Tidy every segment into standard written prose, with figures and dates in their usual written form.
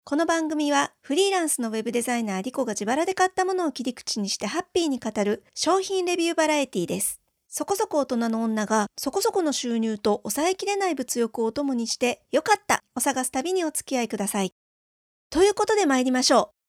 この番組はフリーランスのウェブデザイナーリコが自腹で買ったものを切り口にしてハッピーに語る商品レビューバラエティです。そこそこ大人の女がそこそこの収入と抑えきれない物欲をお供にしてよかったを探す旅にお付き合いください。ということで参りましょう。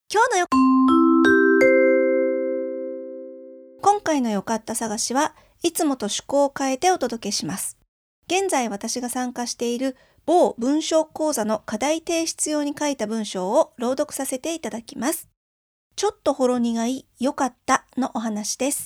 今回のよかった探しはいつもと趣向を変えてお届けします。現在私が参加している某文章講座の課題提出用に書いた文章を朗読させていただきます。ちょっとほろ苦いよかったのお話です。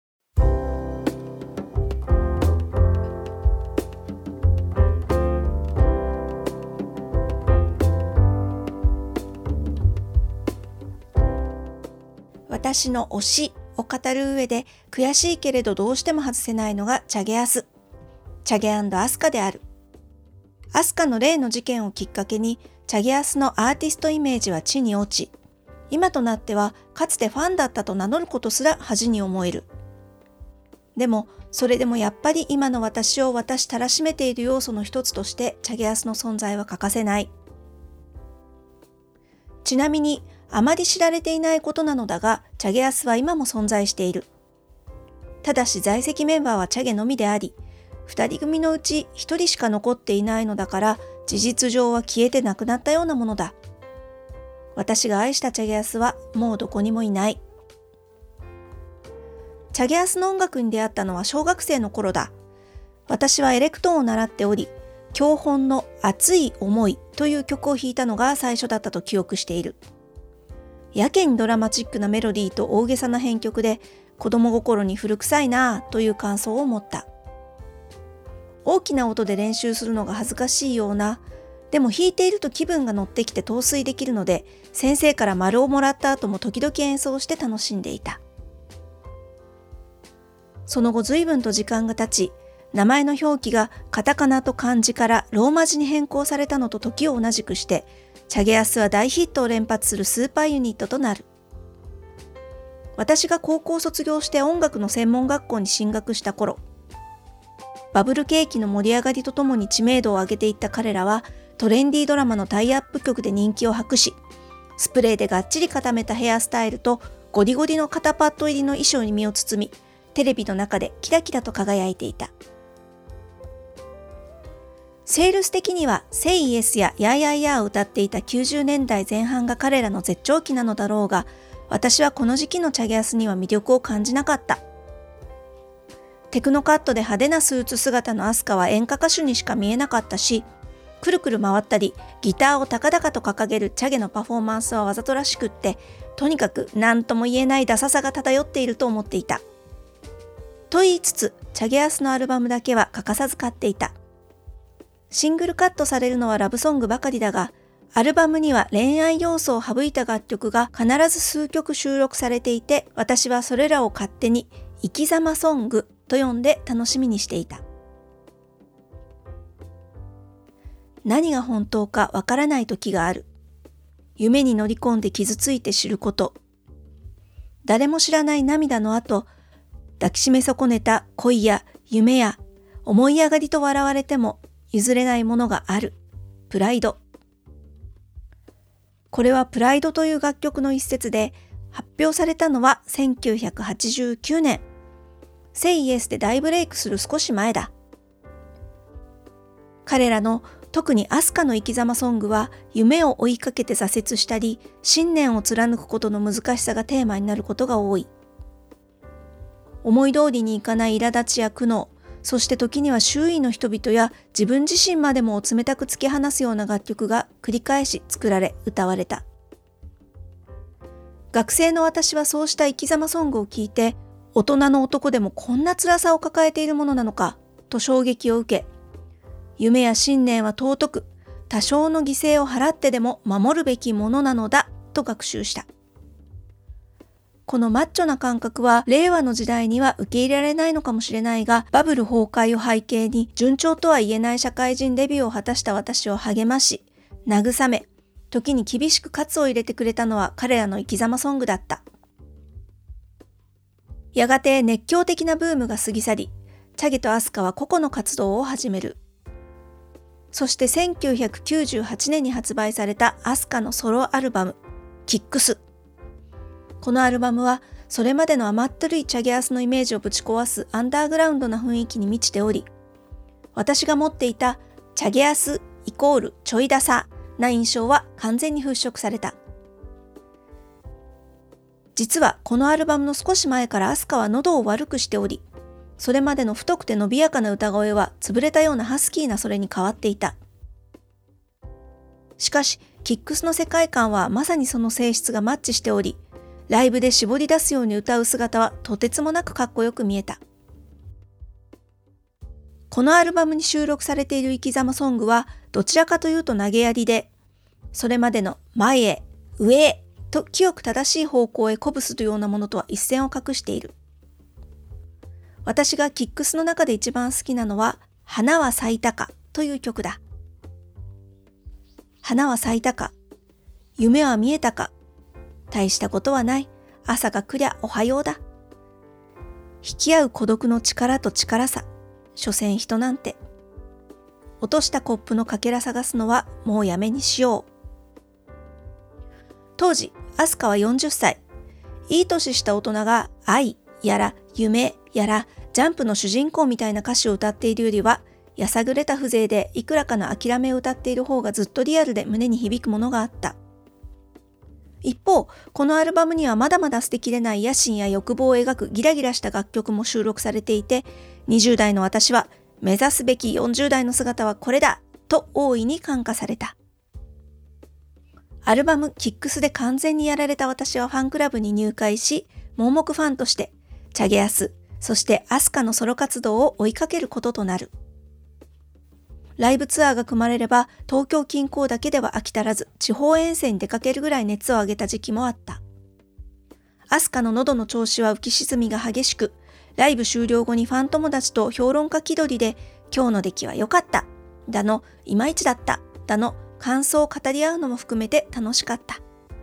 私の推しを語る上で悔しいけれどどうしても外せないのがチャゲアス。チャゲ&アスカである。アスカの例の事件をきっかけにチャゲアスのアーティストイメージは地に落ち、今となってはかつてファンだったと名乗ることすら恥に思える。でもそれでもやっぱり今の私をたらしめている要素の一つとしてチャゲアスの存在は欠かせない。ちなみにあまり知られていないことなのだが、チャゲアスは今も存在している。ただし在籍メンバーはチャゲのみであり、2人組のうち1人しか残っていないのだから事実上は消えてなくなったようなものだ。私が愛したチャゲアスはもうどこにもいない。チャゲアスの音楽に出会ったのは小学生の頃だ。私はエレクトーンを習っており、教本の熱い思いという曲を弾いたのが最初だったと記憶している。やけにドラマチックなメロディーと大げさな編曲で子供心に古臭いなぁという感想を持った。大きな音で練習するのが恥ずかしいような、でも弾いていると気分が乗ってきて陶酔できるので、先生から丸をもらった後も時々演奏して楽しんでいた。その後随分と時間が経ち、名前の表記がカタカナと漢字からローマ字に変更されたのと時を同じくして、チャゲアスは大ヒットを連発するスーパーユニットとなる。私が高校を卒業して音楽の専門学校に進学した頃、バブル景気の盛り上がりとともに知名度を上げていった彼らはトレンディードラマのタイアップ曲で人気を博し、スプレーでがっちり固めたヘアスタイルとゴリゴリの肩パッド入りの衣装に身を包み、テレビの中でキラキラと輝いていた。セールス的にはセイイエスやヤーヤーヤーを歌っていた90年代前半が彼らの絶頂期なのだろうが、私はこの時期のチャゲアスには魅力を感じなかった。テクノカットで派手なスーツ姿のアスカは演歌歌手にしか見えなかったし、くるくる回ったりギターを高々と掲げるチャゲのパフォーマンスはわざとらしくって、とにかく何とも言えないダサさが漂っていると思っていた。と言いつつチャゲアスのアルバムだけは欠かさず買っていた。シングルカットされるのはラブソングばかりだが、アルバムには恋愛要素を省いた楽曲が必ず数曲収録されていて、私はそれらを勝手に生き様ソングと呼んで楽しみにしていた。何が本当かわからない時がある。夢に乗り込んで傷ついて知ること。誰も知らない涙の後、抱きしめ損ねた恋や夢や思い上がりと笑われても譲れないものがある。プライド。これはプライドという楽曲の一節で、発表されたのは1989年。セイイエスで大ブレイクする少し前だ。彼らの特にアスカの生き様ソングは、夢を追いかけて挫折したり、信念を貫くことの難しさがテーマになることが多い。思い通りにいかない苛立ちや苦悩、そして時には周囲の人々や自分自身までもを冷たく突き放すような楽曲が繰り返し作られ歌われた。学生の私はそうした生き様ソングを聴いて、大人の男でもこんな辛さを抱えているものなのかと衝撃を受け、夢や信念は尊く、多少の犠牲を払ってでも守るべきものなのだと学習した。このマッチョな感覚は令和の時代には受け入れられないのかもしれないが、バブル崩壊を背景に順調とは言えない社会人デビューを果たした私を励まし、慰め、時に厳しく喝を入れてくれたのは彼らの生き様ソングだった。やがて熱狂的なブームが過ぎ去り、チャゲとアスカは個々の活動を始める。 そして1998年に発売されたアスカのソロアルバム、キックス。このアルバムは、それまでの甘ったるいチャゲアスのイメージをぶち壊すアンダーグラウンドな雰囲気に満ちており、私が持っていたチャゲアスイコールちょいダサな印象は完全に払拭された。実はこのアルバムの少し前からアスカは喉を悪くしており、それまでの太くて伸びやかな歌声は潰れたようなハスキーなそれに変わっていた。しかし、キックスの世界観はまさにその性質がマッチしており、ライブで絞り出すように歌う姿はとてつもなくかっこよく見えた。このアルバムに収録されている生き様ソングはどちらかというと投げやりで、それまでの前へ、上へと清く正しい方向へ鼓舞するようなものとは一線を画している。私がキックスの中で一番好きなのは、花は咲いたかという曲だ。花は咲いたか、夢は見えたか、大したことはない、朝が来りゃおはようだ。引き合う孤独の力と力さ、所詮人なんて。落としたコップのかけら探すのはもうやめにしよう。当時、アスカは40歳。いい年した大人が愛やら夢やらジャンプの主人公みたいな歌詞を歌っているよりは、やさぐれた風情でいくらかの諦めを歌っている方がずっとリアルで胸に響くものがあった。一方、このアルバムにはまだまだ捨てきれない野心や欲望を描くギラギラした楽曲も収録されていて、20代の私は目指すべき40代の姿はこれだと大いに感化された。アルバムキックスで完全にやられた私はファンクラブに入会し、盲目ファンとしてチャゲアス、そしてアスカのソロ活動を追いかけることとなる。ライブツアーが組まれれば東京近郊だけでは飽き足らず地方遠征に出かけるぐらい熱を上げた時期もあった。アスカの喉の調子は浮き沈みが激しく、ライブ終了後にファン友達と評論家気取りで今日の出来は良かっただの、いまいちだっただの感想を語り合うのも含めて楽しかった。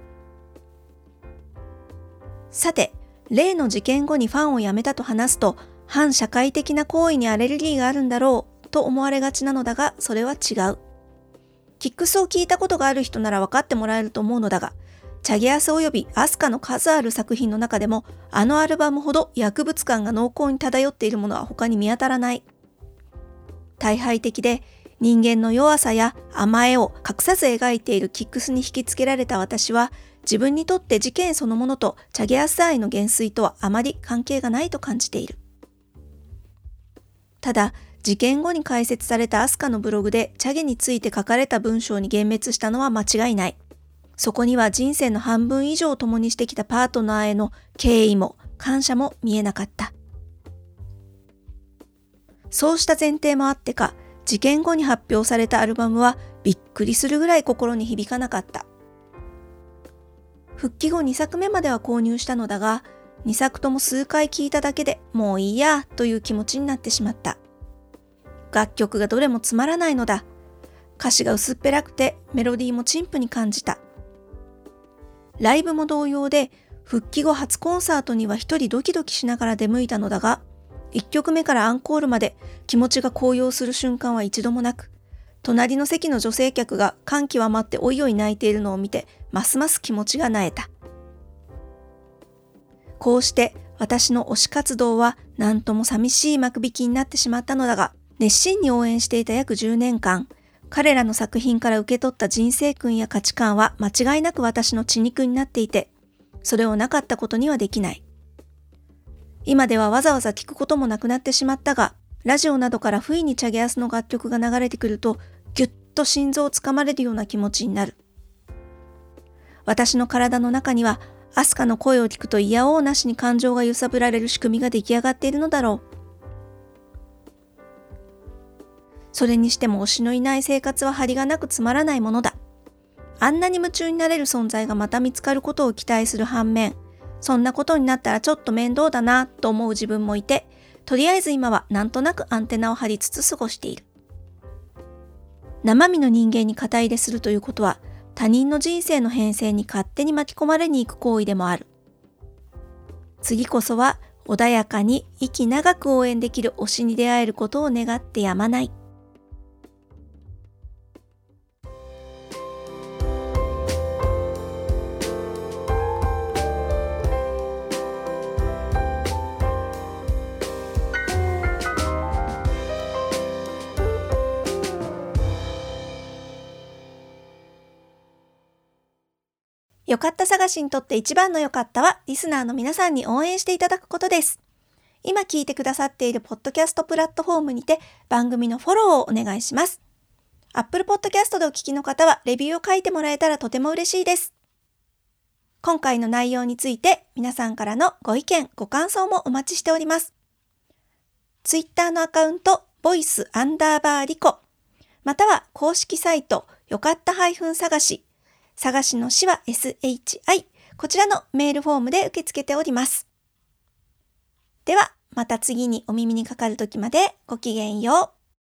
さて、例の事件後にファンを辞めたと話すと反社会的な行為にアレルギーがあるんだろうと思われがちなのだが、それは違う。キックスを聞いたことがある人なら分かってもらえると思うのだが、チャゲアス及びアスカの数ある作品の中でも、あのアルバムほど薬物感が濃厚に漂っているものは他に見当たらない。退廃的で人間の弱さや甘えを隠さず描いているキックスに引きつけられた私は、自分にとって事件そのものとチャゲアス愛の減衰とはあまり関係がないと感じている。ただ、事件後に開設されたアスカのブログでチャゲについて書かれた文章に幻滅したのは間違いない。そこには人生の半分以上を共にしてきたパートナーへの敬意も感謝も見えなかった。そうした前提もあってか、事件後に発表されたアルバムはびっくりするぐらい心に響かなかった。復帰後2作目までは購入したのだが、2作とも数回聴いただけでもういいやという気持ちになってしまった。楽曲がどれもつまらないのだ。歌詞が薄っぺらくてメロディーも陳腐に感じた。ライブも同様で、復帰後初コンサートには一人ドキドキしながら出向いたのだが、1曲目からアンコールまで気持ちが高揚する瞬間は一度もなく、隣の席の女性客が感極まっておいおい泣いているのを見て、ますます気持ちがなえた。こうして私の推し活動はなんとも寂しい幕引きになってしまったのだが、熱心に応援していた約10年間、彼らの作品から受け取った人生訓や価値観は間違いなく私の血肉になっていて、それをなかったことにはできない。今ではわざわざ聞くこともなくなってしまったが、ラジオなどから不意にチャゲアスの楽曲が流れてくると、ぎゅっと心臓をつかまれるような気持ちになる。私の体の中には、アスカの声を聞くと嫌おうなしに感情が揺さぶられる仕組みが出来上がっているのだろう。それにしても推しのいない生活は張りがなくつまらないものだ。あんなに夢中になれる存在がまた見つかることを期待する反面、そんなことになったらちょっと面倒だなと思う自分もいて、とりあえず今はなんとなくアンテナを張りつつ過ごしている。生身の人間に肩入れするということは、他人の人生の変遷に勝手に巻き込まれに行く行為でもある。次こそは穏やかに息長く応援できる推しに出会えることを願ってやまない。 よかった探しにとって一番のよかったは、リスナーの皆さんに応援していただくことです。今聞いてくださっているポッドキャストプラットフォームにて番組のフォローをお願いします。Apple Podcast でお聞きの方はレビューを書いてもらえたらとても嬉しいです。今回の内容について皆さんからのご意見、ご感想もお待ちしております。Twitter のアカウント、voice_rico、または公式サイト、よかった探し、探しのしは SHI、こちらのメールフォームで受け付けております。では、また次にお耳にかかるときまでごきげんよう。